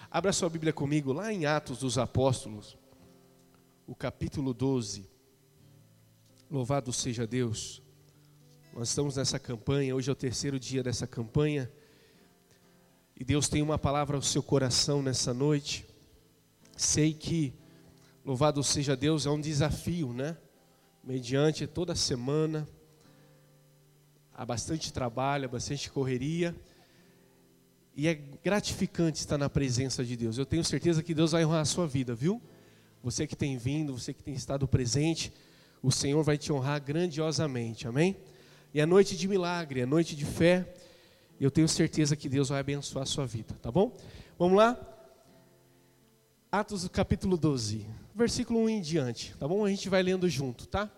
Abra sua Bíblia comigo lá em Atos dos Apóstolos, o capítulo 12. Louvado seja Deus. Nós estamos nessa campanha, hoje é o terceiro dia dessa campanha. E Deus tem uma palavra ao seu coração nessa noite. Sei que, louvado seja Deus, é um desafio, né? Mediante toda semana, há bastante trabalho, há bastante correria. E é gratificante estar na presença de Deus. Eu tenho certeza que Deus vai honrar a sua vida, viu? Você que tem vindo, você que tem estado presente, o Senhor vai te honrar grandiosamente, amém? E é noite de milagre, é noite de fé. E eu tenho certeza que Deus vai abençoar a sua vida, tá bom? Vamos lá? Atos capítulo 12, versículo 1 em diante, tá bom? A gente vai lendo junto, tá?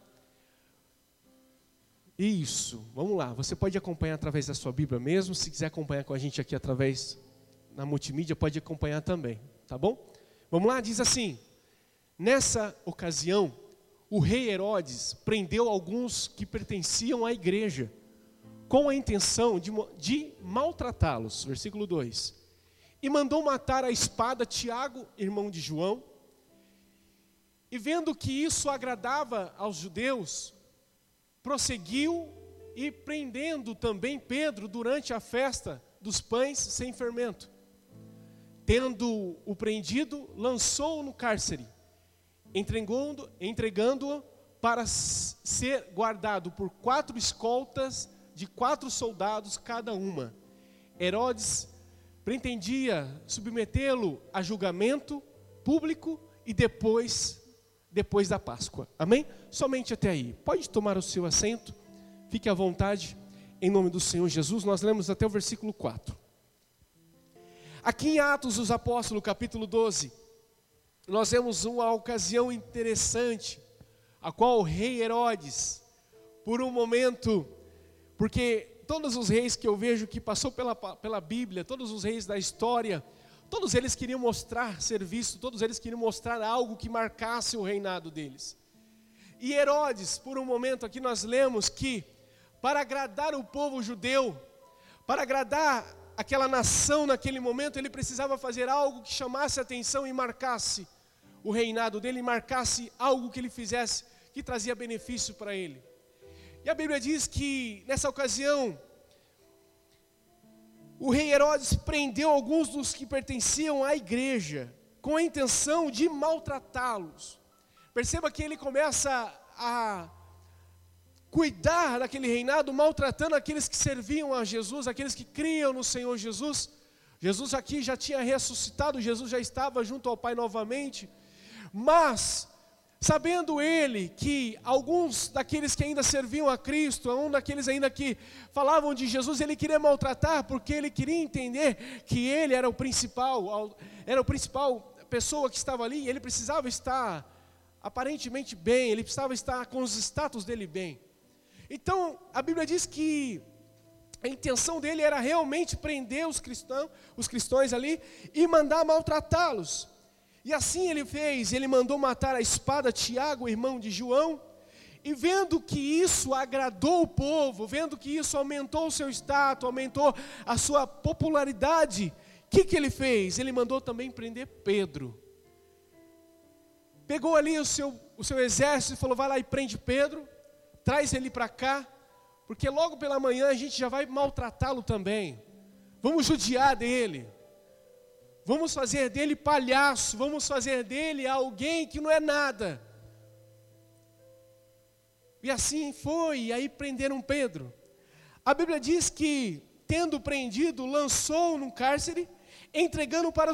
Isso, vamos lá. Você pode acompanhar através da sua Bíblia mesmo. Se quiser acompanhar com a gente aqui através na multimídia, pode acompanhar também, tá bom? Vamos lá, diz assim: nessa ocasião, o rei Herodes prendeu alguns que pertenciam à igreja, com a intenção de maltratá-los, versículo 2. E mandou matar à espada Tiago, irmão de João. E vendo que isso agradava aos judeus, prosseguiu e prendendo também Pedro durante a festa dos pães sem fermento. Tendo-o prendido, lançou-o no cárcere, entregando-o para ser guardado por 4 escoltas de 4 soldados cada uma. Herodes pretendia submetê-lo a julgamento público e depois da Páscoa, amém? Somente até aí, pode tomar o seu assento, fique à vontade, em nome do Senhor Jesus. Nós lemos até o versículo 4. Aqui em Atos dos Apóstolos, capítulo 12, nós vemos uma ocasião interessante, a qual o rei Herodes, por um momento, porque todos os reis que eu vejo que passou pela Bíblia, todos os reis da história, todos eles queriam mostrar serviço, todos eles queriam mostrar algo que marcasse o reinado deles. E Herodes, por um momento aqui nós lemos que, para agradar o povo judeu, para agradar aquela nação naquele momento, ele precisava fazer algo que chamasse a atenção e marcasse o reinado dele, marcasse algo que ele fizesse, que trazia benefício para ele. E a Bíblia diz que, nessa ocasião, o rei Herodes prendeu alguns dos que pertenciam à igreja, com a intenção de maltratá-los. Perceba que ele começa a cuidar daquele reinado, maltratando aqueles que serviam a Jesus, aqueles que criam no Senhor Jesus. Jesus aqui já tinha ressuscitado, Jesus já estava junto ao Pai novamente, mas sabendo ele que alguns daqueles que ainda serviam a Cristo, um daqueles ainda que falavam de Jesus, ele queria maltratar, porque ele queria entender que ele era o principal pessoa que estava ali, e ele precisava estar aparentemente bem, ele precisava estar com os status dele bem. Então, a Bíblia diz que a intenção dele era realmente prender os cristãos ali e mandar maltratá-los. E assim ele fez, ele mandou matar a espada Tiago, irmão de João, e vendo que isso agradou o povo, vendo que isso aumentou o seu status, aumentou a sua popularidade, o que ele fez? Ele mandou também prender Pedro. Pegou ali o seu exército e falou: vai lá e prende Pedro, traz ele para cá, porque logo pela manhã a gente já vai maltratá-lo também, vamos judiar dele. Vamos fazer dele palhaço, vamos fazer dele alguém que não é nada. E assim foi, e aí prenderam Pedro. A Bíblia diz que, tendo prendido, lançou no cárcere, entregando para os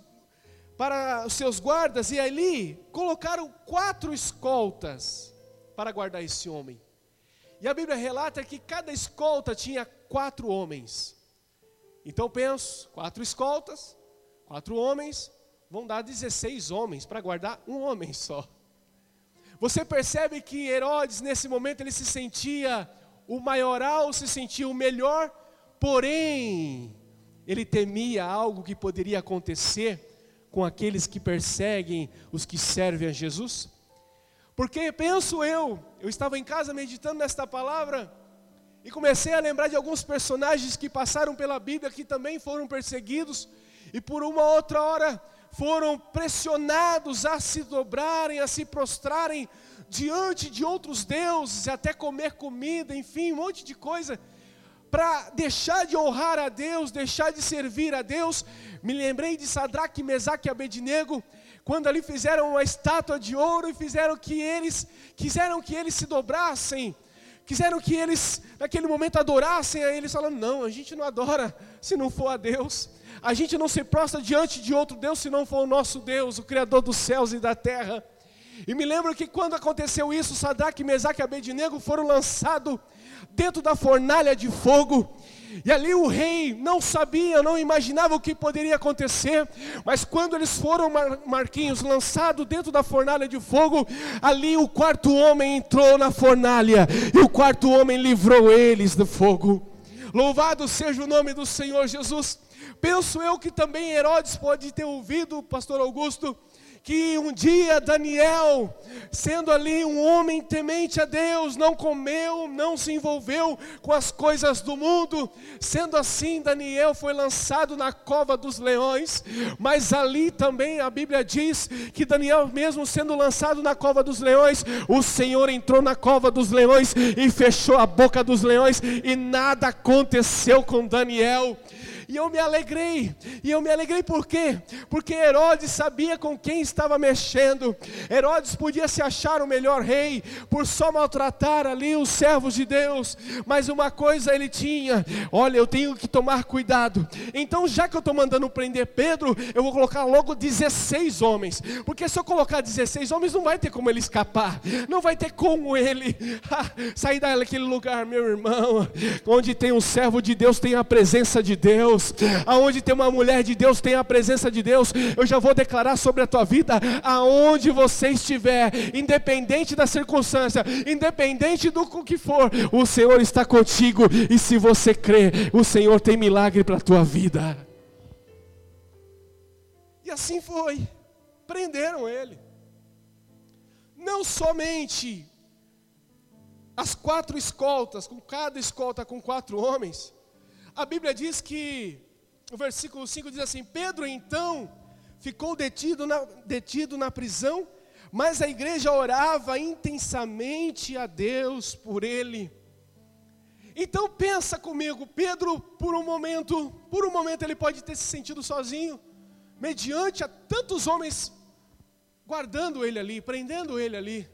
seus guardas, e ali colocaram 4 escoltas para guardar esse homem. E a Bíblia relata que cada escolta tinha 4 homens. Então penso, 4 escoltas, 4 homens, vão dar 16 homens para guardar um homem só. Você percebe que Herodes, nesse momento, ele se sentia o maioral, se sentia o melhor, porém, ele temia algo que poderia acontecer com aqueles que perseguem os que servem a Jesus. Porque penso eu estava em casa meditando nesta palavra, e comecei a lembrar de alguns personagens que passaram pela Bíblia, que também foram perseguidos, e por uma outra hora foram pressionados a se dobrarem, a se prostrarem diante de outros deuses, até comer comida, enfim, um monte de coisa, para deixar de honrar a Deus, deixar de servir a Deus. Me lembrei de Sadraque, Mesaque e Abednego, quando ali fizeram uma estátua de ouro e quiseram que eles se dobrassem, quiseram que eles naquele momento adorassem a eles, falando: não, a gente não adora se não for a Deus, a gente não se prostra diante de outro Deus se não for o nosso Deus, o Criador dos céus e da terra. E me lembro que quando aconteceu isso, Sadraque, Mesaque e Abednego foram lançados dentro da fornalha de fogo, e ali o rei não sabia, não imaginava o que poderia acontecer, mas quando eles foram, Marquinhos, lançados dentro da fornalha de fogo, ali o quarto homem entrou na fornalha, e o quarto homem livrou eles do fogo. Louvado seja o nome do Senhor Jesus. Penso eu que também Herodes pode ter ouvido, pastor Augusto, que um dia Daniel, sendo ali um homem temente a Deus, não comeu, não se envolveu com as coisas do mundo. Sendo assim, Daniel foi lançado na cova dos leões, mas ali também a Bíblia diz que Daniel, mesmo sendo lançado na cova dos leões, o Senhor entrou na cova dos leões e fechou a boca dos leões, e nada aconteceu com Daniel. E eu me alegrei por quê? Porque Herodes sabia com quem estava mexendo. Herodes podia se achar o melhor rei, por só maltratar ali os servos de Deus, mas uma coisa ele tinha: olha, eu tenho que tomar cuidado. Então, já que eu estou mandando prender Pedro, eu vou colocar logo 16 homens, porque se eu colocar 16 homens, não vai ter como ele escapar, não vai ter como ele sair daquele lugar. Meu irmão, onde tem um servo de Deus, tem a presença de Deus. Aonde tem uma mulher de Deus, tem a presença de Deus. Eu já vou declarar sobre a tua vida: aonde você estiver, independente da circunstância, independente do que for, o Senhor está contigo. E se você crê, o Senhor tem milagre para a tua vida. E assim foi, prenderam ele. Não somente as 4 escoltas, com cada escolta com 4 homens. A Bíblia diz que, o versículo 5 diz assim: Pedro então ficou detido na prisão, mas a igreja orava intensamente a Deus por ele. Então pensa comigo, Pedro por um momento ele pode ter se sentido sozinho, mediante a tantos homens guardando ele ali, prendendo ele ali.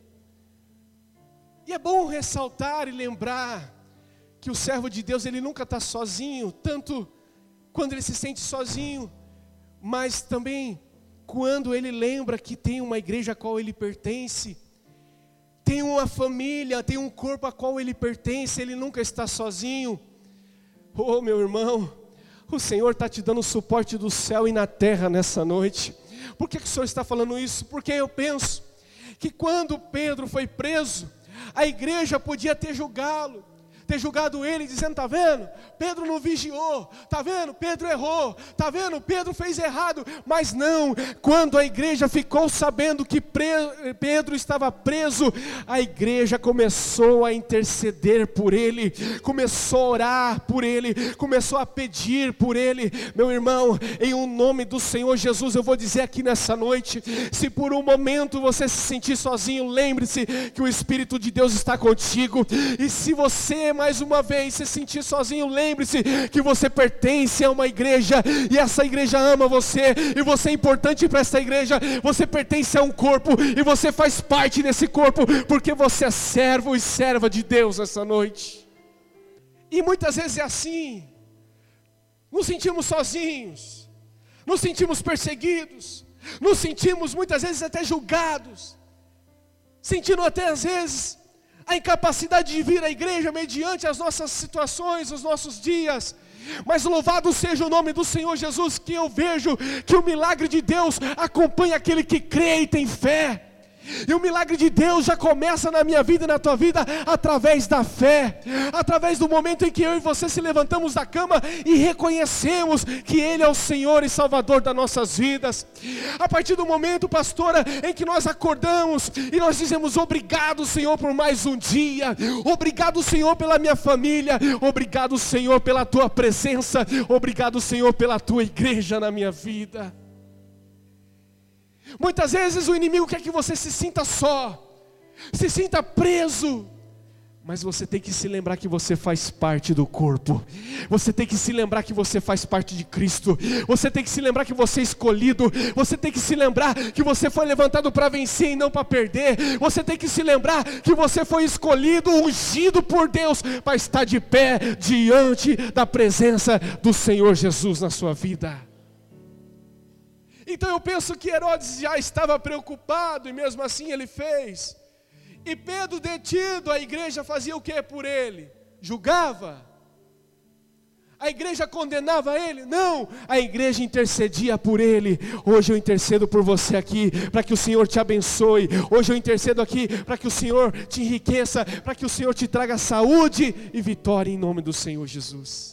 E é bom ressaltar e lembrar que o servo de Deus, ele nunca está sozinho, tanto quando ele se sente sozinho, mas também quando ele lembra que tem uma igreja a qual ele pertence, tem uma família, tem um corpo a qual ele pertence, ele nunca está sozinho. Oh, meu irmão, o Senhor está te dando o suporte do céu e na terra nessa noite. Por que o Senhor está falando isso? Porque eu penso que quando Pedro foi preso, a igreja podia ter julgado ele, dizendo: está vendo? Pedro não vigiou, está vendo? Pedro errou, está vendo? Pedro fez errado. Mas não, quando a igreja ficou sabendo que Pedro estava preso, a igreja começou a interceder por ele, começou a orar por ele, começou a pedir por ele. Meu irmão, em o nome do Senhor Jesus, eu vou dizer aqui nessa noite: se por um momento você se sentir sozinho, lembre-se que o Espírito de Deus está contigo. E se você mais uma vez se sentir sozinho, lembre-se que você pertence a uma igreja, e essa igreja ama você, e você é importante para essa igreja. Você pertence a um corpo, e você faz parte desse corpo, porque você é servo e serva de Deus essa noite. E muitas vezes é assim, nos sentimos sozinhos, nos sentimos perseguidos, nos sentimos muitas vezes até julgados, sentindo até às vezes a incapacidade de vir à igreja mediante as nossas situações, os nossos dias. Mas louvado seja o nome do Senhor Jesus, que eu vejo que o milagre de Deus acompanha aquele que crê e tem fé. E o milagre de Deus já começa na minha vida e na tua vida através da fé, através do momento em que eu e você se levantamos da cama e reconhecemos que Ele é o Senhor e Salvador das nossas vidas. A partir do momento, pastora, em que nós acordamos e nós dizemos: obrigado, Senhor, por mais um dia, obrigado, Senhor, pela minha família, obrigado, Senhor, pela tua presença, obrigado, Senhor, pela tua igreja na minha vida. Muitas vezes o inimigo quer que você se sinta só, se sinta preso, mas você tem que se lembrar que você faz parte do corpo, você tem que se lembrar que você faz parte de Cristo, você tem que se lembrar que você é escolhido, você tem que se lembrar que você foi levantado para vencer e não para perder, você tem que se lembrar que você foi escolhido, ungido por Deus, para estar de pé diante da presença do Senhor Jesus na sua vida. Então eu penso que Herodes já estava preocupado, e mesmo assim ele fez. E Pedro detido, a igreja fazia o que por ele? Julgava? A igreja condenava ele? Não, a igreja intercedia por ele. Hoje eu intercedo por você aqui, para que o Senhor te abençoe. Hoje eu intercedo aqui, para que o Senhor te enriqueça, para que o Senhor te traga saúde e vitória em nome do Senhor Jesus.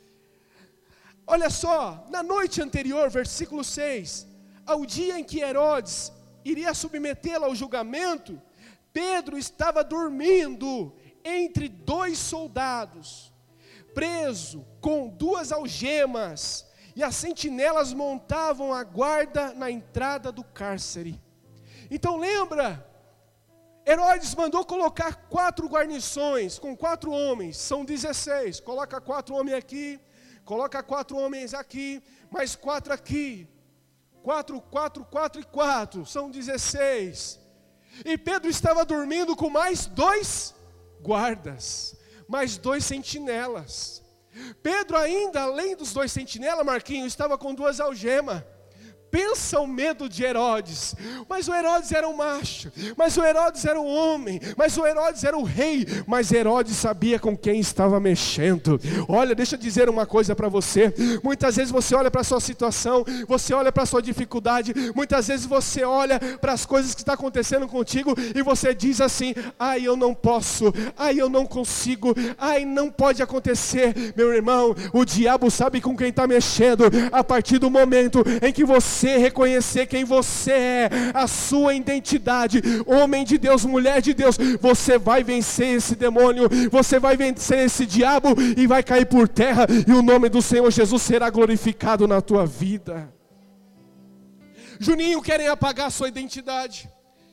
Olha só, na noite anterior, versículo 6, ao dia em que Herodes iria submetê-lo ao julgamento, Pedro estava dormindo entre 2 soldados, preso com 2 algemas, e as sentinelas montavam a guarda na entrada do cárcere. Então lembra, Herodes mandou colocar 4 guarnições, com 4 homens, são 16, coloca 4 homens aqui, coloca 4 homens aqui, mais 4 aqui, 4 e 4, são 16, e Pedro estava dormindo com mais 2 guardas, mais 2 sentinelas. Pedro ainda, além dos 2 sentinelas, Marquinhos, estava com 2 algemas. Pensa o medo de Herodes, mas o Herodes era um macho, mas o Herodes era um homem, mas o Herodes era o rei, mas Herodes sabia com quem estava mexendo. Olha, deixa eu dizer uma coisa para você, muitas vezes você olha para a sua situação, você olha para a sua dificuldade, muitas vezes você olha para as coisas que estão acontecendo contigo, e você diz assim: ai, eu não posso, ai, eu não consigo, ai, não pode acontecer. Meu irmão, o diabo sabe com quem está mexendo, a partir do momento em que você reconhecer quem você é, a sua identidade, homem de Deus, mulher de Deus, você vai vencer esse demônio, você vai vencer esse diabo e vai cair por terra, e o nome do Senhor Jesus será glorificado na tua vida. Juninho, querem apagar a sua identidade.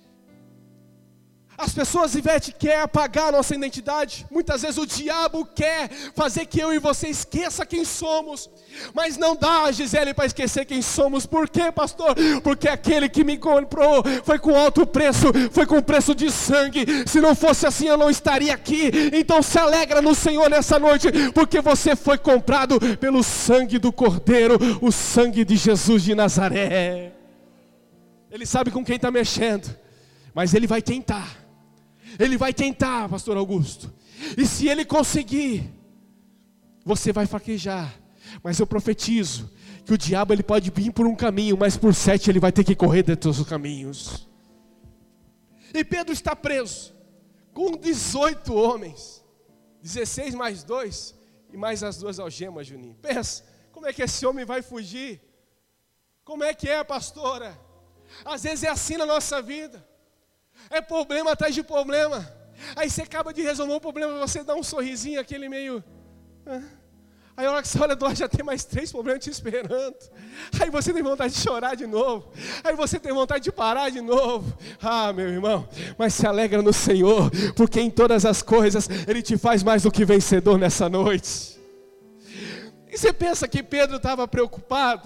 As pessoas, Ivete, querem apagar a nossa identidade. Muitas vezes o diabo quer fazer que eu e você esqueça quem somos. Mas não dá, Gisele, para esquecer quem somos. Por quê, pastor? Porque aquele que me comprou foi com alto preço, foi com preço de sangue. Se não fosse assim, eu não estaria aqui. Então se alegra no Senhor nessa noite, porque você foi comprado pelo sangue do Cordeiro, o sangue de Jesus de Nazaré. Ele sabe com quem está mexendo, mas ele vai tentar. Ele vai tentar, pastor Augusto. E se ele conseguir, você vai fraquejar. Mas eu profetizo que o diabo ele pode vir por um caminho, mas por 7 ele vai ter que correr dentro dos caminhos. E Pedro está preso com 18 homens, 16 mais 2 e mais as 2 algemas, Juninho. Pensa, como é que esse homem vai fugir? Como é que é, pastora? Às vezes é assim na nossa vida. É problema atrás de problema. Aí você acaba de resolver um problema, você dá um sorrisinho, aquele meio... Aí a hora que você olha do lado já tem mais 3 problemas te esperando. Aí você tem vontade de chorar de novo. Aí você tem vontade de parar de novo. Ah, meu irmão, mas se alegra no Senhor, porque em todas as coisas Ele te faz mais do que vencedor nessa noite. E você pensa que Pedro estava preocupado?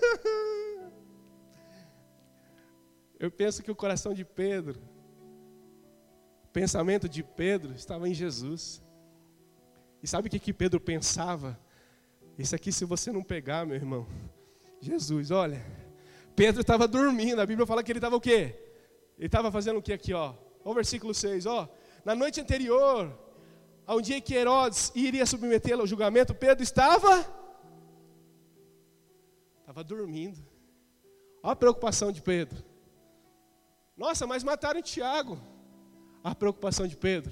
Eu penso que o coração de Pedro, o pensamento de Pedro estava em Jesus. E sabe o que Pedro pensava? Isso aqui, se você não pegar, meu irmão, Jesus, olha, Pedro estava dormindo, a Bíblia fala que ele estava o quê? Ele estava fazendo o quê aqui, ó? Olha o versículo 6, ó. Na noite anterior, ao dia que Herodes iria submetê-lo ao julgamento, Pedro estava dormindo. Olha a preocupação de Pedro. Nossa, mas mataram Tiago. A preocupação de Pedro.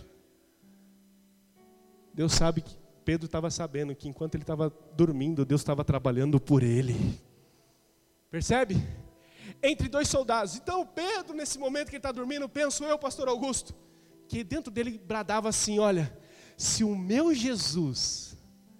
Deus sabe que Pedro estava sabendo que enquanto ele estava dormindo, Deus estava trabalhando por ele. Percebe? Entre dois soldados. Então Pedro, nesse momento que ele está dormindo, penso eu, pastor Augusto, que dentro dele bradava assim: olha, se o meu Jesus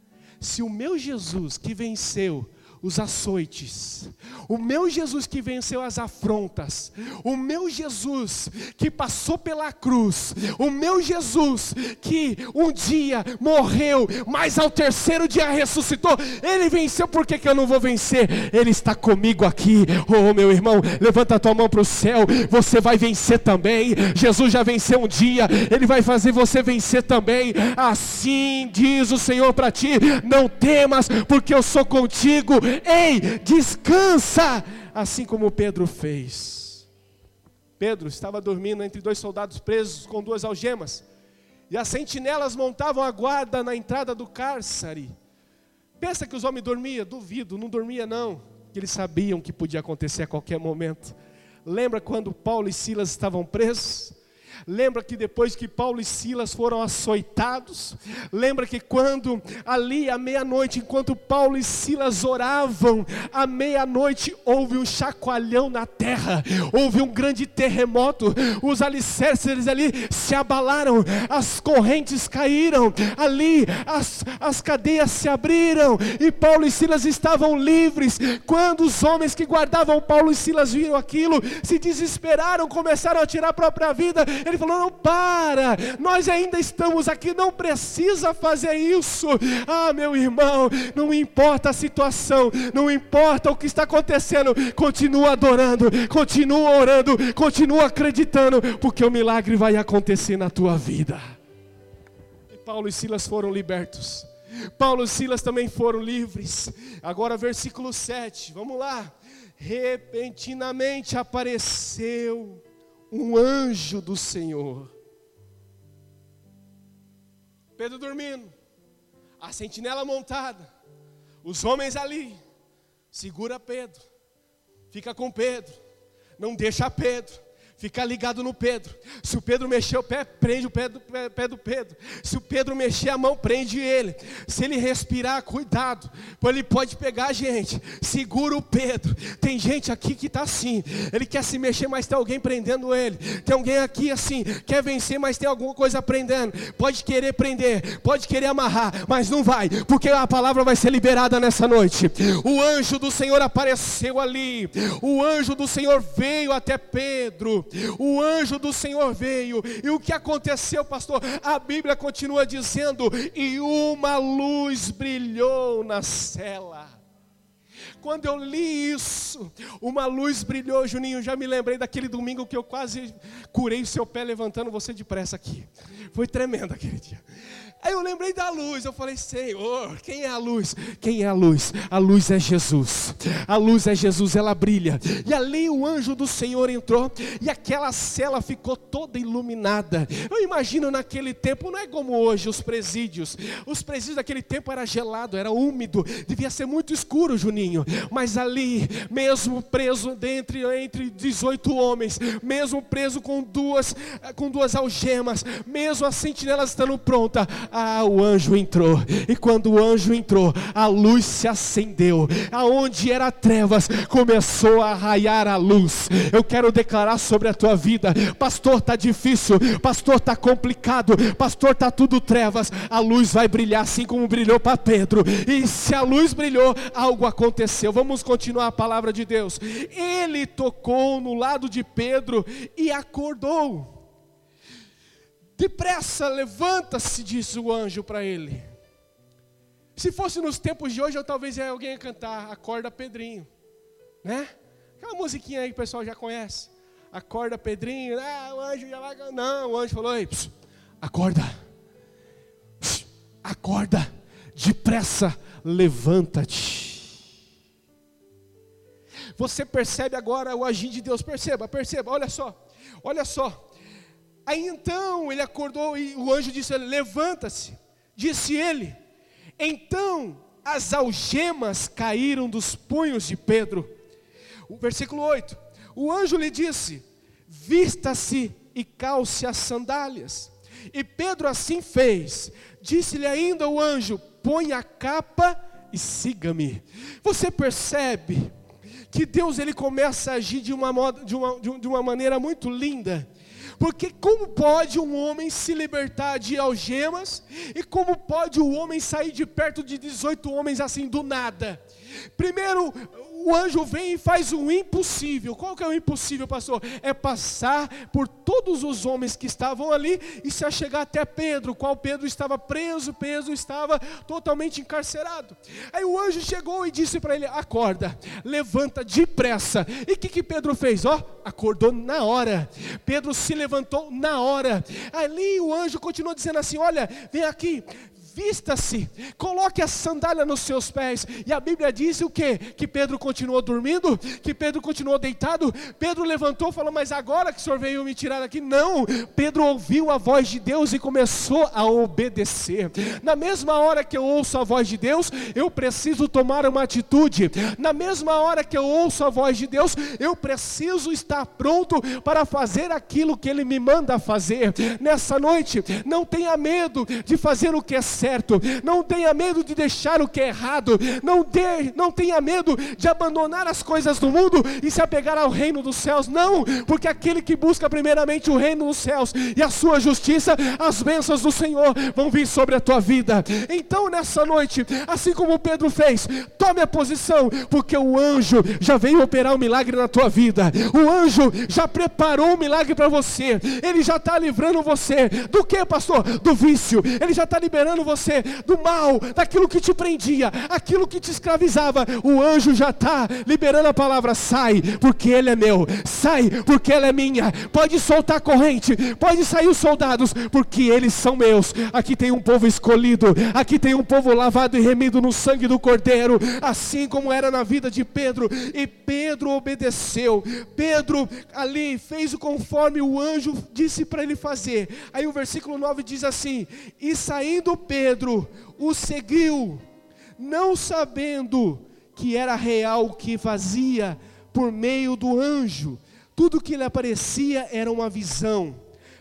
que venceu os açoites, o meu Jesus que venceu as afrontas, o meu Jesus que passou pela cruz, o meu Jesus que um dia morreu, mas ao terceiro dia ressuscitou, ele venceu, por que eu não vou vencer? Ele está comigo aqui. Oh, meu irmão, levanta a tua mão para o céu, você vai vencer também. Jesus já venceu um dia, ele vai fazer você vencer também. Assim diz o Senhor para ti: não temas, porque eu sou contigo. Ei, descansa, assim como Pedro fez. Pedro estava dormindo entre dois soldados presos com duas algemas, e as sentinelas montavam a guarda na entrada do cárcere. Pensa que os homens dormiam? Duvido, não dormia não, que eles sabiam que podia acontecer a qualquer momento. Lembra quando Paulo e Silas estavam presos? Lembra que depois que Paulo e Silas foram açoitados? Lembra que quando ali à meia-noite, enquanto Paulo e Silas oravam, à meia-noite houve um chacoalhão na terra, houve um grande terremoto, os alicerces ali se abalaram, as correntes caíram, ali as cadeias se abriram, e Paulo e Silas estavam livres. Quando os homens que guardavam Paulo e Silas viram aquilo, se desesperaram, começaram a tirar a própria vida. Ele falou: não, para, nós ainda estamos aqui, não precisa fazer isso. Ah, meu irmão, não importa a situação, não importa o que está acontecendo, continua adorando, continua orando, continua acreditando, porque o milagre vai acontecer na tua vida. E Paulo e Silas foram libertos, Paulo e Silas também foram livres. Agora versículo 7, vamos lá. Repentinamente apareceu um anjo do Senhor. Pedro dormindo, a sentinela montada, os homens ali. Segura Pedro, fica com Pedro, não deixa Pedro, fica ligado no Pedro. Se o Pedro mexer o pé, prende o pé do Pedro. Se o Pedro mexer a mão, prende ele. Se ele respirar, cuidado, pois ele pode pegar a gente. Segura o Pedro. Tem gente aqui que está assim, ele quer se mexer, mas tem alguém prendendo ele. Tem alguém aqui assim, quer vencer, mas tem alguma coisa prendendo. Pode querer prender, pode querer amarrar, mas não vai, porque a palavra vai ser liberada nessa noite. O anjo do Senhor apareceu ali. O anjo do Senhor veio até Pedro. O anjo do Senhor veio, e o que aconteceu, pastor? A Bíblia continua dizendo: e uma luz brilhou na cela. Quando eu li isso, uma luz brilhou, Juninho, já me lembrei daquele domingo que eu quase curei o seu pé levantando você depressa aqui. Foi tremendo aquele dia. Aí eu lembrei da luz, eu falei: Senhor, quem é a luz? Quem é a luz? A luz é Jesus. A luz é Jesus, ela brilha. E ali o anjo do Senhor entrou, e aquela cela ficou toda iluminada. Eu imagino naquele tempo, não é como hoje os presídios. Os presídios daquele tempo era gelado, era úmido, devia ser muito escuro, Juninho. Mas ali, mesmo preso entre 18 homens, mesmo preso com duas algemas, mesmo as sentinelas estando prontas, o anjo entrou. E quando o anjo entrou, a luz se acendeu. Aonde era trevas, começou a raiar a luz. Eu quero declarar sobre a tua vida: pastor, está difícil, pastor, está complicado, pastor, está tudo trevas. A luz vai brilhar assim como brilhou para Pedro. E se a luz brilhou, algo aconteceu. Vamos continuar a palavra de Deus. Ele tocou no lado de Pedro e acordou. Depressa, levanta-se, disse o anjo para ele. Se fosse nos tempos de hoje, talvez alguém ia cantar: acorda Pedrinho, né? Aquela musiquinha aí que o pessoal já conhece. Acorda Pedrinho, o anjo já vai. Não, o anjo falou: ei, acorda, acorda, depressa, levanta-te. Você percebe agora o agir de Deus? Perceba, olha só. Aí então ele acordou e o anjo disse: levanta-se. Disse ele. Então as algemas caíram dos punhos de Pedro. O versículo 8. O anjo lhe disse: vista-se e calce as sandálias. E Pedro assim fez. Disse-lhe ainda o anjo: põe a capa e siga-me. Você percebe que Deus ele começa a agir de uma maneira muito linda. Porque como pode um homem se libertar de algemas? E como pode o homem sair de perto de 18 homens assim do nada? Primeiro, o anjo vem e faz o impossível. Qual que é o impossível, pastor? É passar por todos os homens que estavam ali e se achegar até Pedro, qual Pedro estava preso, Pedro estava totalmente encarcerado. Aí o anjo chegou e disse para ele: acorda, levanta depressa. E o que Pedro fez? Acordou na hora. Pedro se levantou na hora. Ali o anjo continuou dizendo assim: olha, vem aqui, vista-se, coloque a sandália nos seus pés. E a Bíblia diz o quê? Que Pedro continuou dormindo, que Pedro continuou deitado. Pedro levantou e falou: mas agora que o senhor veio me tirar daqui? Não, Pedro ouviu a voz de Deus e começou a obedecer. Na mesma hora que eu ouço a voz de Deus, eu preciso tomar uma atitude. Na mesma hora que eu ouço a voz de Deus, eu preciso estar pronto para fazer aquilo que Ele me manda fazer. Nessa noite, não tenha medo de fazer o que é certo, não tenha medo de deixar o que é errado, não tenha medo de abandonar as coisas do mundo e se apegar ao reino dos céus. Não, porque aquele que busca primeiramente o reino dos céus e a sua justiça, as bênçãos do Senhor vão vir sobre a tua vida. Então nessa noite, assim como Pedro fez, tome a posição, porque o anjo já veio operar um milagre na tua vida. O anjo já preparou um milagre para você. Ele já está livrando você do que, pastor? Do vício. Ele já está liberando você do mal, daquilo que te prendia, aquilo que te escravizava. O anjo já está liberando a palavra: sai, porque ele é meu, sai, porque ela é minha. Pode soltar a corrente, pode sair os soldados, porque eles são meus. Aqui tem um povo escolhido, aqui tem um povo lavado e remido no sangue do Cordeiro, assim como era na vida de Pedro. E Pedro obedeceu. Pedro ali fez conforme o anjo disse para ele fazer. Aí o versículo 9 diz assim: e saindo Pedro o seguiu, não sabendo que era real o que fazia por meio do anjo. Tudo que lhe aparecia era uma visão.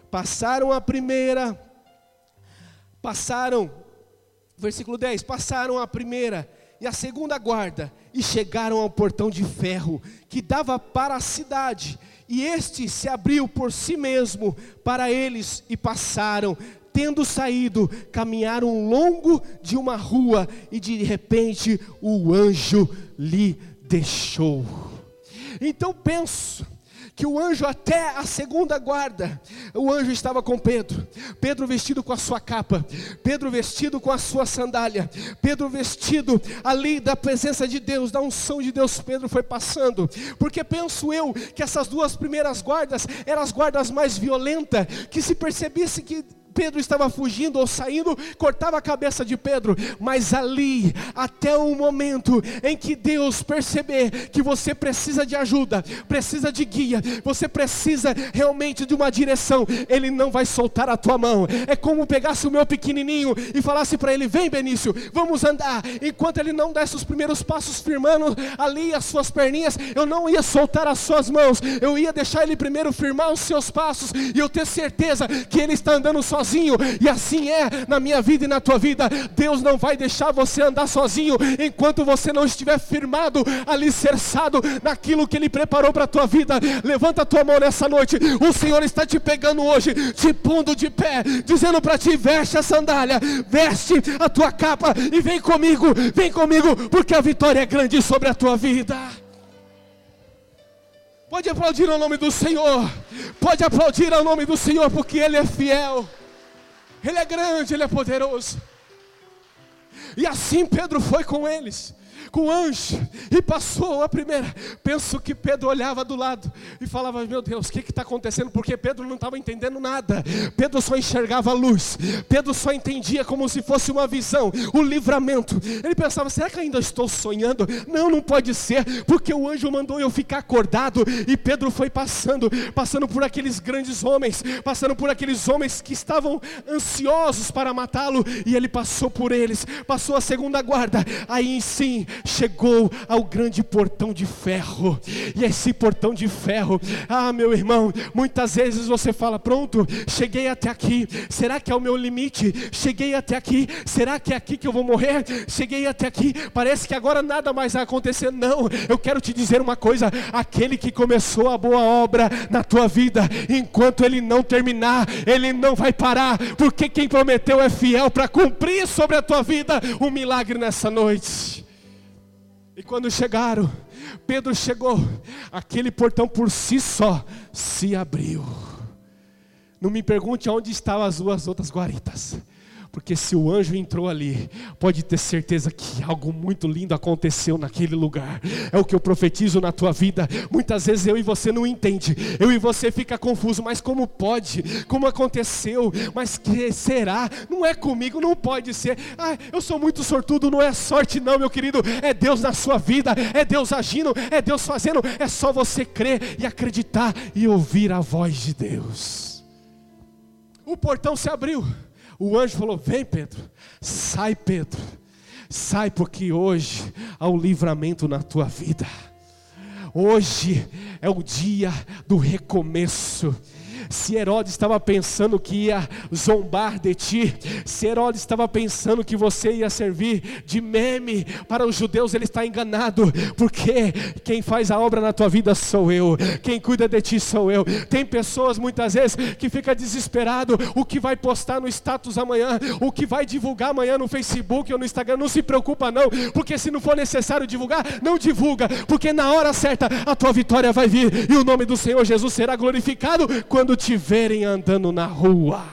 Versículo 10, passaram a primeira e a segunda guarda, e chegaram ao portão de ferro, que dava para a cidade, e este se abriu por si mesmo para eles, e passaram. Tendo saído, caminharam longo de uma rua, e de repente o anjo lhe deixou. Então penso que o anjo até a segunda guarda, o anjo estava com Pedro. Pedro vestido com a sua capa, Pedro vestido com a sua sandália, Pedro vestido ali da presença de Deus, da unção de Deus. Pedro foi passando, porque penso eu que essas duas primeiras guardas eram as guardas mais violentas, que se percebesse que Pedro estava fugindo ou saindo, cortava a cabeça de Pedro. Mas ali, até o momento em que Deus perceber que você precisa de ajuda, precisa de guia, você precisa realmente de uma direção, Ele não vai soltar a tua mão. É como pegasse o meu pequenininho e falasse para ele: vem, Benício, vamos andar. Enquanto ele não desse os primeiros passos, firmando ali as suas perninhas, eu não ia soltar as suas mãos, eu ia deixar ele primeiro firmar os seus passos, e eu ter certeza que ele está andando sozinho. E assim é na minha vida e na tua vida. Deus não vai deixar você andar sozinho enquanto você não estiver firmado, alicerçado naquilo que Ele preparou para a tua vida. Levanta a tua mão nessa noite. O Senhor está te pegando hoje, te pondo de pé, dizendo para ti: veste a sandália, veste a tua capa e vem comigo, porque a vitória é grande sobre a tua vida. Pode aplaudir ao nome do Senhor, pode aplaudir ao nome do Senhor, porque Ele é fiel, Ele é grande, Ele é poderoso. E assim Pedro foi com eles, com o anjo, e passou a primeira. Penso que Pedro olhava do lado e falava: meu Deus, o que está acontecendo? Porque Pedro não estava entendendo nada. Pedro só enxergava a luz, Pedro só entendia como se fosse uma visão, o livramento. Ele pensava: será que ainda estou sonhando? Não pode ser, porque o anjo mandou eu ficar acordado. E Pedro foi passando por aqueles grandes homens, passando por aqueles homens que estavam ansiosos para matá-lo, e ele passou por eles, passou a segunda guarda. Aí sim, chegou ao grande portão de ferro. E esse portão de ferro, meu irmão, muitas vezes você fala: pronto, cheguei até aqui, será que é o meu limite? Cheguei até aqui, será que é aqui que eu vou morrer? Cheguei até aqui, parece que agora nada mais vai acontecer. Não, eu quero te dizer uma coisa: aquele que começou a boa obra na tua vida, enquanto ele não terminar, ele não vai parar, porque quem prometeu é fiel para cumprir sobre a tua vida um milagre nessa noite. E quando chegaram, Pedro chegou, aquele portão por si só se abriu. Não me pergunte onde estavam as duas outras guaritas, porque se o anjo entrou ali, pode ter certeza que algo muito lindo aconteceu naquele lugar. É o que eu profetizo na tua vida. Muitas vezes eu e você não entende, eu e você fica confuso, mas como pode? Como aconteceu? Mas que será? Não é comigo, não pode ser. Eu sou muito sortudo. Não é sorte não, meu querido, é Deus na sua vida, é Deus agindo, é Deus fazendo. É só você crer e acreditar e ouvir a voz de Deus. O portão se abriu. O anjo falou: vem, Pedro, sai, Pedro, sai, porque hoje há um livramento na tua vida. Hoje é o dia do recomeço. Se Herodes estava pensando que ia zombar de ti, se Herodes estava pensando que você ia servir de meme para os judeus, ele está enganado, porque quem faz a obra na tua vida sou eu, quem cuida de ti sou eu. Tem pessoas muitas vezes que ficam desesperadas, o que vai postar no status amanhã, o que vai divulgar amanhã no Facebook ou no Instagram. Não se preocupa não, porque se não for necessário divulgar, não divulga, porque na hora certa a tua vitória vai vir, e o nome do Senhor Jesus será glorificado quando te verem andando na rua.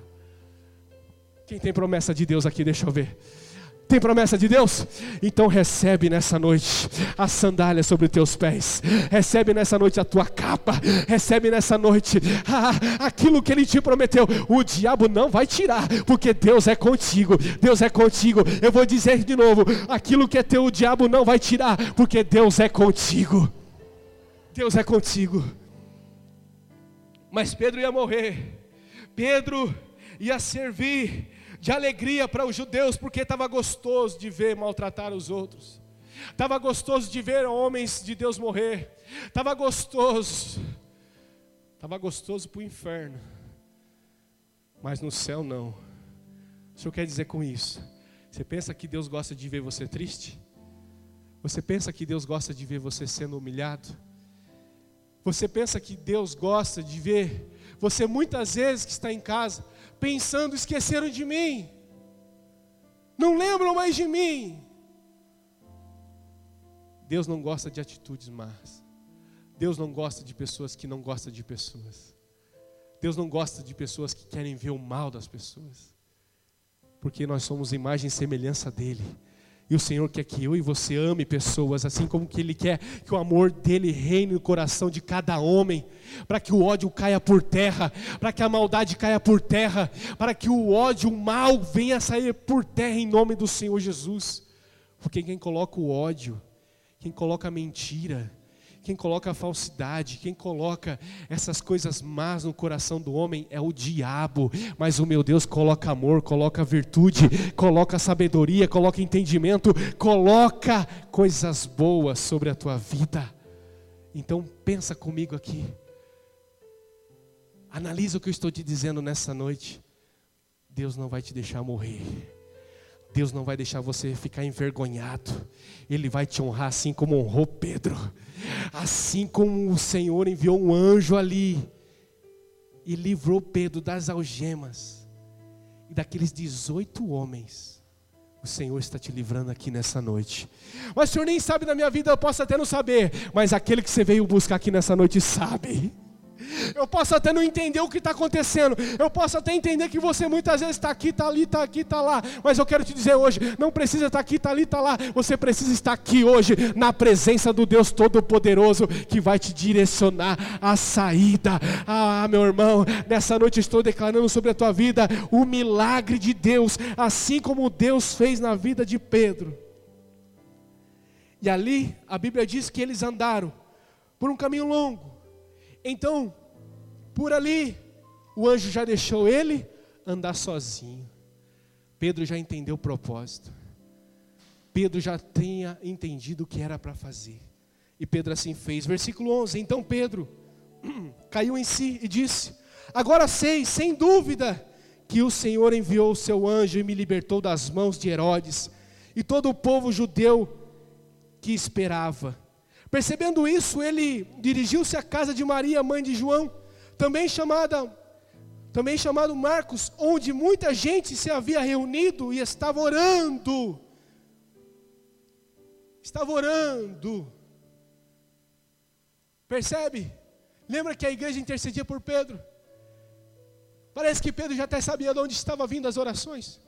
Quem tem promessa de Deus aqui? Deixa eu ver. Tem promessa de Deus? Então recebe nessa noite a sandália sobre teus pés, recebe nessa noite a tua capa, recebe nessa noite aquilo que Ele te prometeu. O diabo não vai tirar, porque Deus é contigo, Deus é contigo. Eu vou dizer de novo: aquilo que é teu, o diabo não vai tirar, porque Deus é contigo, Deus é contigo. Mas Pedro ia morrer, Pedro ia servir de alegria para os judeus, porque estava gostoso de ver maltratar os outros, estava gostoso de ver homens de Deus morrer, estava gostoso para o inferno, mas no céu não. O Senhor quer dizer com isso? Você pensa que Deus gosta de ver você triste? Você pensa que Deus gosta de ver você sendo humilhado? Você pensa que Deus gosta de ver você muitas vezes que está em casa pensando: esqueceram de mim, não lembram mais de mim? Deus não gosta de atitudes más. Deus não gosta de pessoas que não gostam de pessoas. Deus não gosta de pessoas que querem ver o mal das pessoas, porque nós somos imagem e semelhança dEle. E o Senhor quer que eu e você ame pessoas, assim como que Ele quer que o amor dEle reine no coração de cada homem, para que o ódio caia por terra, para que a maldade caia por terra, para que o ódio, o mal venha a sair por terra em nome do Senhor Jesus. Porque quem coloca o ódio, quem coloca a mentira, quem coloca a falsidade, quem coloca essas coisas más no coração do homem é o diabo. Mas o meu Deus coloca amor, coloca virtude, coloca sabedoria, coloca entendimento, coloca coisas boas sobre a tua vida. Então pensa comigo aqui, analisa o que eu estou te dizendo nessa noite. Deus não vai te deixar morrer, Deus não vai deixar você ficar envergonhado. Ele vai te honrar assim como honrou Pedro. Assim como o Senhor enviou um anjo ali e livrou Pedro das algemas e daqueles 18 homens, o Senhor está te livrando aqui nessa noite. Mas o Senhor nem sabe da minha vida, eu posso até não saber, mas aquele que você veio buscar aqui nessa noite sabe. Eu posso até não entender o que está acontecendo, eu posso até entender que você muitas vezes está aqui, está ali, está aqui, está lá, mas eu quero te dizer hoje, não precisa estar aqui, está ali, está lá, você precisa estar aqui hoje, na presença do Deus Todo-Poderoso, que vai te direcionar a saída. Meu irmão, nessa noite eu estou declarando sobre a tua vida o milagre de Deus, assim como Deus fez na vida de Pedro. E ali, a Bíblia diz que eles andaram por um caminho longo. Então, por ali, o anjo já deixou ele andar sozinho. Pedro já entendeu o propósito. Pedro já tinha entendido o que era para fazer. E Pedro assim fez. Versículo 11, então Pedro caiu em si e disse: agora sei, sem dúvida, que o Senhor enviou o seu anjo e me libertou das mãos de Herodes e todo o povo judeu que esperava. Percebendo isso, ele dirigiu-se à casa de Maria, mãe de João, também chamado Marcos, onde muita gente se havia reunido e estava orando. Percebe? Lembra que a igreja intercedia por Pedro? Parece que Pedro já até sabia de onde estavam vindo as orações.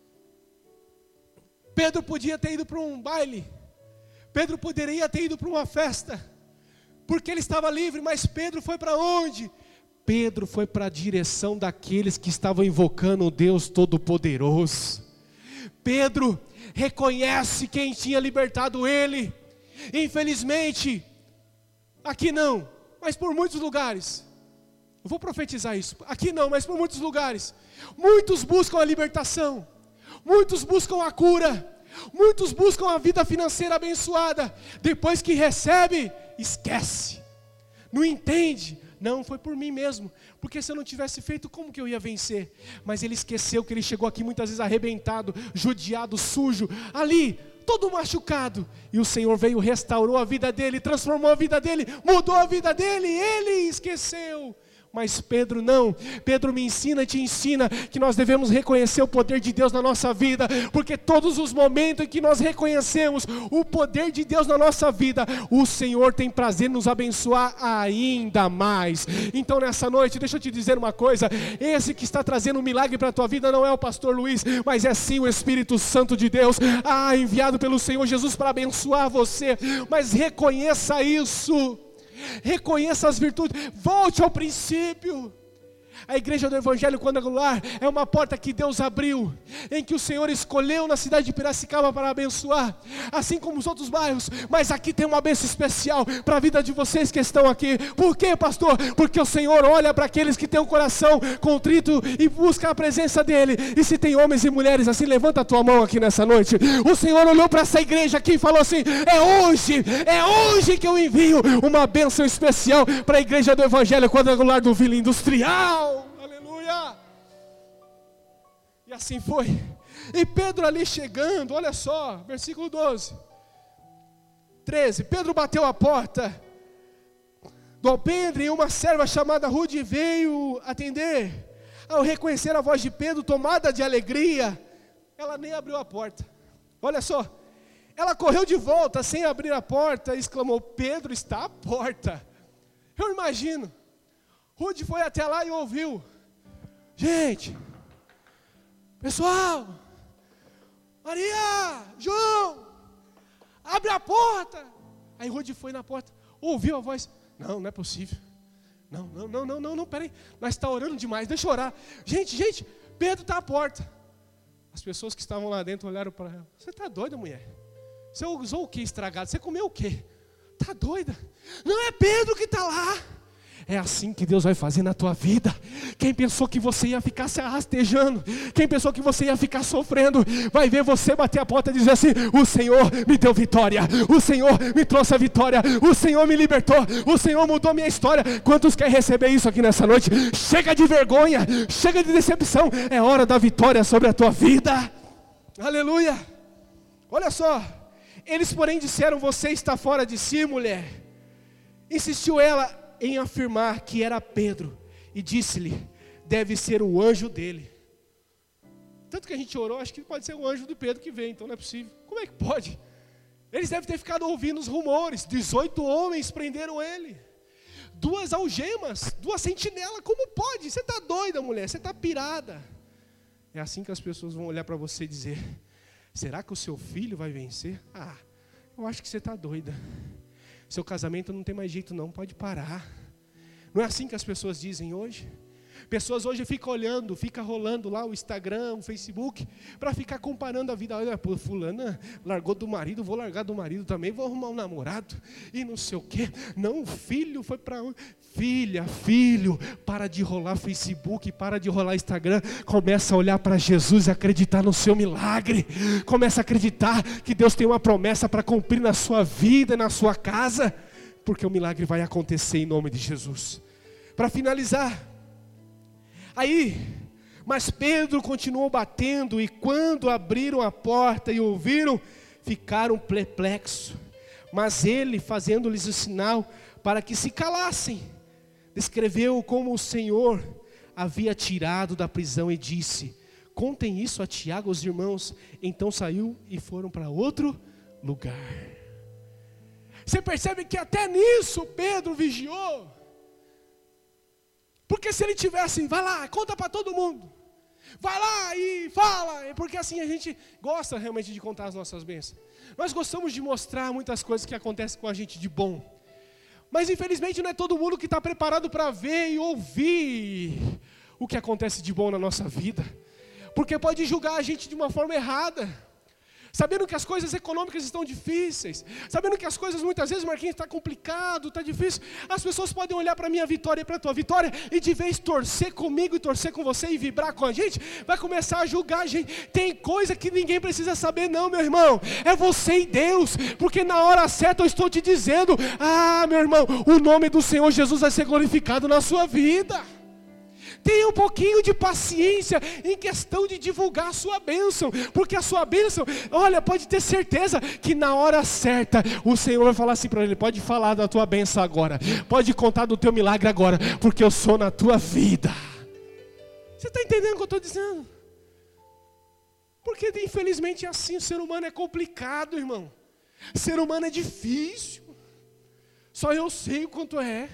Pedro podia ter ido para um baile. Pedro poderia ter ido para uma festa, porque ele estava livre, mas Pedro foi para onde? Pedro foi para a direção daqueles que estavam invocando o Deus Todo-Poderoso. Pedro reconhece quem tinha libertado ele. Infelizmente, aqui não, mas por muitos lugares, eu vou profetizar isso, aqui não, mas por muitos lugares, muitos buscam a libertação, muitos buscam a cura, muitos buscam a vida financeira abençoada, depois que recebe, esquece, não entende, não, foi por mim mesmo, porque se eu não tivesse feito, como que eu ia vencer? Mas ele esqueceu que ele chegou aqui muitas vezes arrebentado, judiado, sujo, ali, todo machucado, e o Senhor veio, restaurou a vida dele, transformou a vida dele, mudou a vida dele, ele esqueceu. Mas Pedro não, Pedro me ensina e te ensina que nós devemos reconhecer o poder de Deus na nossa vida, porque todos os momentos em que nós reconhecemos o poder de Deus na nossa vida, o Senhor tem prazer em nos abençoar ainda mais. Então nessa noite, deixa eu te dizer uma coisa, esse que está trazendo um milagre para a tua vida não é o pastor Luiz, mas é sim o Espírito Santo de Deus, enviado pelo Senhor Jesus para abençoar você, mas reconheça isso. Reconheça as virtudes, volte ao princípio. A igreja do Evangelho Quadrangular é uma porta que Deus abriu, em que o Senhor escolheu na cidade de Piracicaba para abençoar, assim como os outros bairros, mas aqui tem uma bênção especial para a vida de vocês que estão aqui. Por quê, pastor? Porque o Senhor olha para aqueles que têm o coração contrito e busca a presença dEle. E se tem homens e mulheres assim, levanta a tua mão aqui nessa noite. O Senhor olhou para essa igreja aqui e falou assim: é hoje que eu envio uma bênção especial para a igreja do Evangelho Quadrangular do Vila Industrial. Aleluia! E assim foi. E Pedro ali chegando, olha só, versículo 13. Pedro bateu a porta do alpendre e uma serva chamada Rude veio atender. Ao reconhecer a voz de Pedro, tomada de alegria, ela nem abriu a porta. Olha só, ela correu de volta sem abrir a porta e exclamou: Pedro está à porta. Eu imagino, Rude foi até lá e ouviu: gente, pessoal, Maria, João, abre a porta. Aí Rude foi na porta, ouviu a voz: não é possível, não, peraí, nós estamos orando demais, deixa eu orar. Gente, Pedro está à porta. As pessoas que estavam lá dentro olharam para ela: você está doida, mulher? Você usou o que estragado? Você comeu o que? Está doida? Não é Pedro que está lá. É assim que Deus vai fazer na tua vida. Quem pensou que você ia ficar se arrastejando, quem pensou que você ia ficar sofrendo, vai ver você bater a porta e dizer assim: o Senhor me deu vitória, o Senhor me trouxe a vitória, o Senhor me libertou, o Senhor mudou minha história. Quantos querem receber isso aqui nessa noite? Chega de vergonha, chega de decepção, é hora da vitória sobre a tua vida. Aleluia. Olha só, eles porém disseram: você está fora de si, mulher. Insistiu ela em afirmar que era Pedro, e disse-lhe: deve ser o anjo dele. Tanto que a gente orou, acho que pode ser o anjo do Pedro que vem, então não é possível. Como é que pode? Eles devem ter ficado ouvindo os rumores. 18 homens prenderam ele, 2 algemas, 2 sentinelas. Como pode? Você está doida, mulher, você está pirada. É assim que as pessoas vão olhar para você e dizer: será que o seu filho vai vencer? Eu acho que você está doida. Seu casamento não tem mais jeito não, pode parar. Não é assim que as pessoas dizem hoje? Pessoas hoje ficam olhando, fica rolando lá o Instagram, o Facebook, para ficar comparando a vida. Olha, pô, fulana largou do marido, vou largar do marido também, vou arrumar um namorado, e não sei o quê. Não, o filho foi para onde? Filha, filho, para de rolar Facebook, para de rolar Instagram, começa a olhar para Jesus e acreditar no seu milagre. Começa a acreditar que Deus tem uma promessa para cumprir na sua vida, na sua casa, porque o milagre vai acontecer em nome de Jesus. Para finalizar, aí, mas Pedro continuou batendo, e quando abriram a porta e ouviram, ficaram perplexos. Mas ele, fazendo-lhes o sinal para que se calassem, descreveu como o Senhor havia tirado da prisão e disse: contem isso a Tiago, os irmãos. Então saiu e foram para outro lugar. Você percebe que até nisso Pedro vigiou. Porque se ele tivesse, vai lá, conta para todo mundo, vai lá e fala, porque assim a gente gosta realmente de contar as nossas bênçãos. Nós gostamos de mostrar muitas coisas que acontecem com a gente de bom, mas infelizmente não é todo mundo que está preparado para ver e ouvir o que acontece de bom na nossa vida, porque pode julgar a gente de uma forma errada, sabendo que as coisas econômicas estão difíceis, sabendo que as coisas muitas vezes, Marquinhos, está complicado, está difícil. As pessoas podem olhar para a minha vitória e para a tua vitória, e de vez torcer comigo e torcer com você e vibrar com a gente, vai começar a julgar a gente. Tem coisa que ninguém precisa saber não, meu irmão, é você e Deus, porque na hora certa eu estou te dizendo, meu irmão, o nome do Senhor Jesus vai ser glorificado na sua vida. Tenha um pouquinho de paciência em questão de divulgar a sua bênção, porque a sua bênção, olha, pode ter certeza que na hora certa o Senhor vai falar assim para ele: pode falar da tua bênção agora, pode contar do teu milagre agora, porque eu sou na tua vida. Você está entendendo o que eu estou dizendo? Porque infelizmente é assim, o ser humano é complicado, irmão. O ser humano é difícil. Só eu sei o quanto é.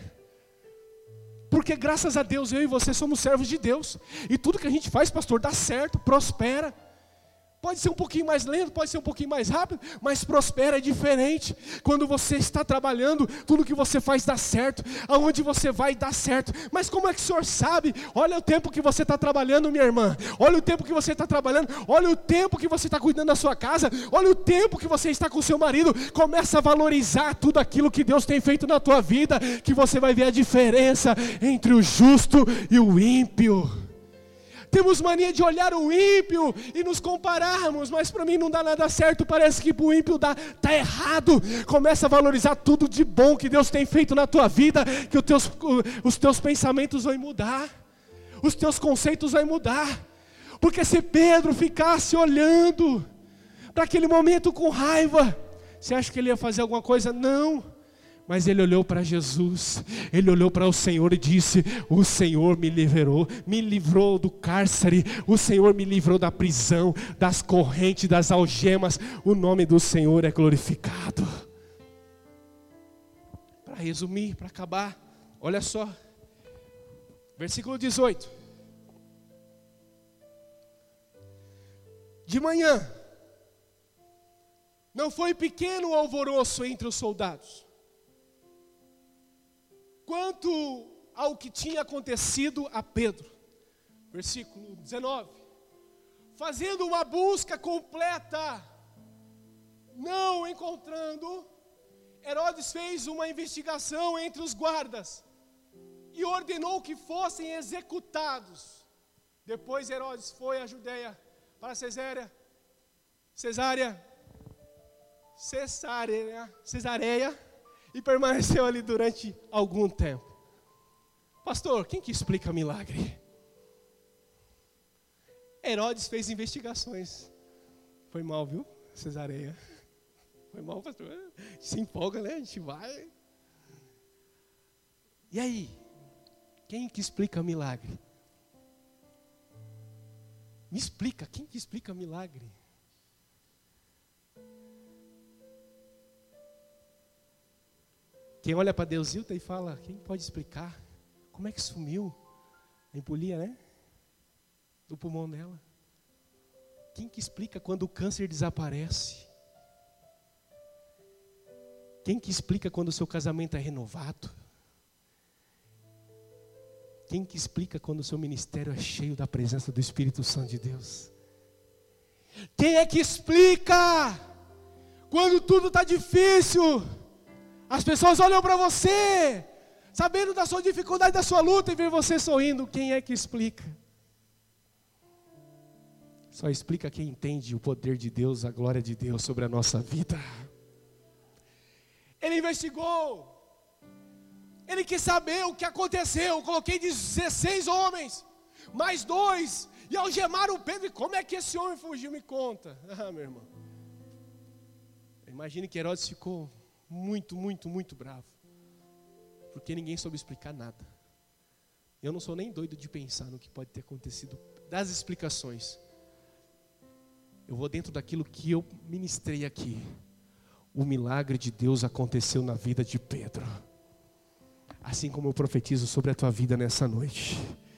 Porque graças a Deus, eu e você somos servos de Deus. E tudo que a gente faz, pastor, dá certo, prospera. Pode ser um pouquinho mais lento, pode ser um pouquinho mais rápido, mas prospera, é diferente. Quando você está trabalhando, tudo que você faz dá certo. Aonde você vai, dá certo. Mas como é que o senhor sabe? Olha o tempo que você está trabalhando, minha irmã. Olha o tempo que você está trabalhando. Olha o tempo que você está cuidando da sua casa. Olha o tempo que você está com o seu marido. Começa a valorizar tudo aquilo que Deus tem feito na tua vida, que você vai ver a diferença entre o justo e o ímpio. Temos mania de olhar o ímpio e nos compararmos, mas para mim não dá nada certo, parece que para o ímpio está errado. Começa a valorizar tudo de bom que Deus tem feito na tua vida, que os teus pensamentos vão mudar, os teus conceitos vão mudar. Porque se Pedro ficasse olhando para aquele momento com raiva, você acha que ele ia fazer alguma coisa? Não. Mas ele olhou para Jesus, ele olhou para o Senhor e disse: o Senhor me livrou do cárcere, o Senhor me livrou da prisão, das correntes, das algemas, o nome do Senhor é glorificado. Para resumir, para acabar, olha só, versículo 18. De manhã, não foi pequeno o alvoroço entre os soldados, quanto ao que tinha acontecido a Pedro. Versículo 19. Fazendo uma busca completa, não encontrando, Herodes fez uma investigação entre os guardas e ordenou que fossem executados. Depois Herodes foi à Judeia, para Cesareia, e permaneceu ali durante algum tempo. Pastor, quem que explica milagre? Herodes fez investigações. Foi mal, viu? Cesareia. Foi mal, pastor. Se empolga, né? A gente vai. E aí? Quem que explica milagre? Me explica, quem que explica milagre? Quem olha para Deusilta e fala: quem pode explicar? Como é que sumiu a embolia, né? Do pulmão dela. Quem que explica quando o câncer desaparece? Quem que explica quando o seu casamento é renovado? quem que explica quando o seu ministério é cheio da presença do Espírito Santo de Deus? Quem é que explica quando tudo está difícil? As pessoas olham para você, sabendo da sua dificuldade, da sua luta, e ver você sorrindo. Quem é que explica? Só explica quem entende o poder de Deus, a glória de Deus sobre a nossa vida. Ele investigou. Ele quis saber o que aconteceu. Eu coloquei 16 homens, mais 2, e algemaram Pedro. E como é que esse homem fugiu? Me conta. Meu irmão. Imagine que Herodes ficou muito, muito, muito bravo. Porque ninguém soube explicar nada. Eu não sou nem doido de pensar no que pode ter acontecido. Das explicações. Eu vou dentro daquilo que eu ministrei aqui. O milagre de Deus aconteceu na vida de Pedro. Assim como eu profetizo sobre a tua vida nessa noite.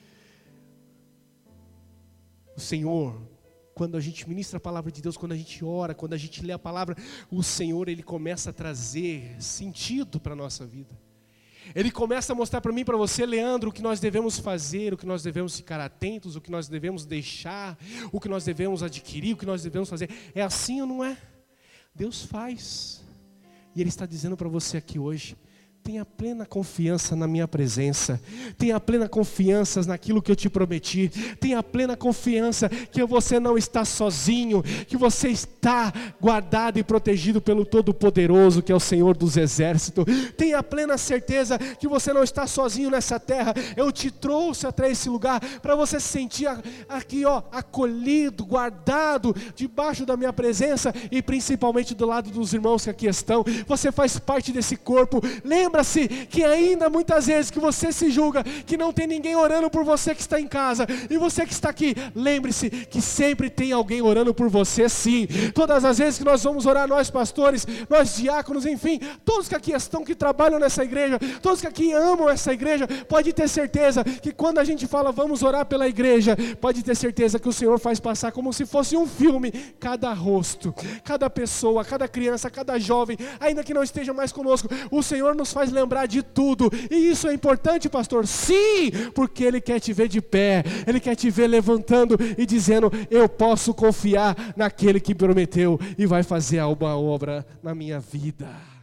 O Senhor, quando a gente ministra a palavra de Deus, quando a gente ora, quando a gente lê a palavra, o Senhor, Ele começa a trazer sentido para a nossa vida. Ele começa a mostrar para mim e para você, Leandro, o que nós devemos fazer, o que nós devemos ficar atentos, o que nós devemos deixar, o que nós devemos adquirir, o que nós devemos fazer. É assim ou não é? Deus faz. E Ele está dizendo para você aqui hoje: tenha plena confiança na minha presença. Tenha plena confiança naquilo que eu te prometi. Tenha plena confiança que você não está sozinho, que você está guardado e protegido pelo Todo-Poderoso, que é o Senhor dos Exércitos. Tenha plena certeza que você não está sozinho nessa terra. Eu te trouxe até esse lugar para você se sentir aqui, acolhido, guardado, debaixo da minha presença e principalmente do lado dos irmãos que aqui estão. Você faz parte desse corpo. Lembra-se que ainda muitas vezes que você se julga que não tem ninguém orando por você que está em casa, e você que está aqui, lembre-se que sempre tem alguém orando por você, sim. Todas as vezes que nós vamos orar, nós pastores, nós diáconos, enfim, todos que aqui estão, que trabalham nessa igreja, todos que aqui amam essa igreja, pode ter certeza que quando a gente fala vamos orar pela igreja, pode ter certeza que o Senhor faz passar como se fosse um filme, cada rosto, cada pessoa, cada criança, cada jovem, ainda que não esteja mais conosco, o Senhor nos faz lembrar de tudo. E isso é importante, pastor? Sim, porque Ele quer te ver de pé, Ele quer te ver levantando e dizendo: eu posso confiar naquele que prometeu e vai fazer uma obra na minha vida.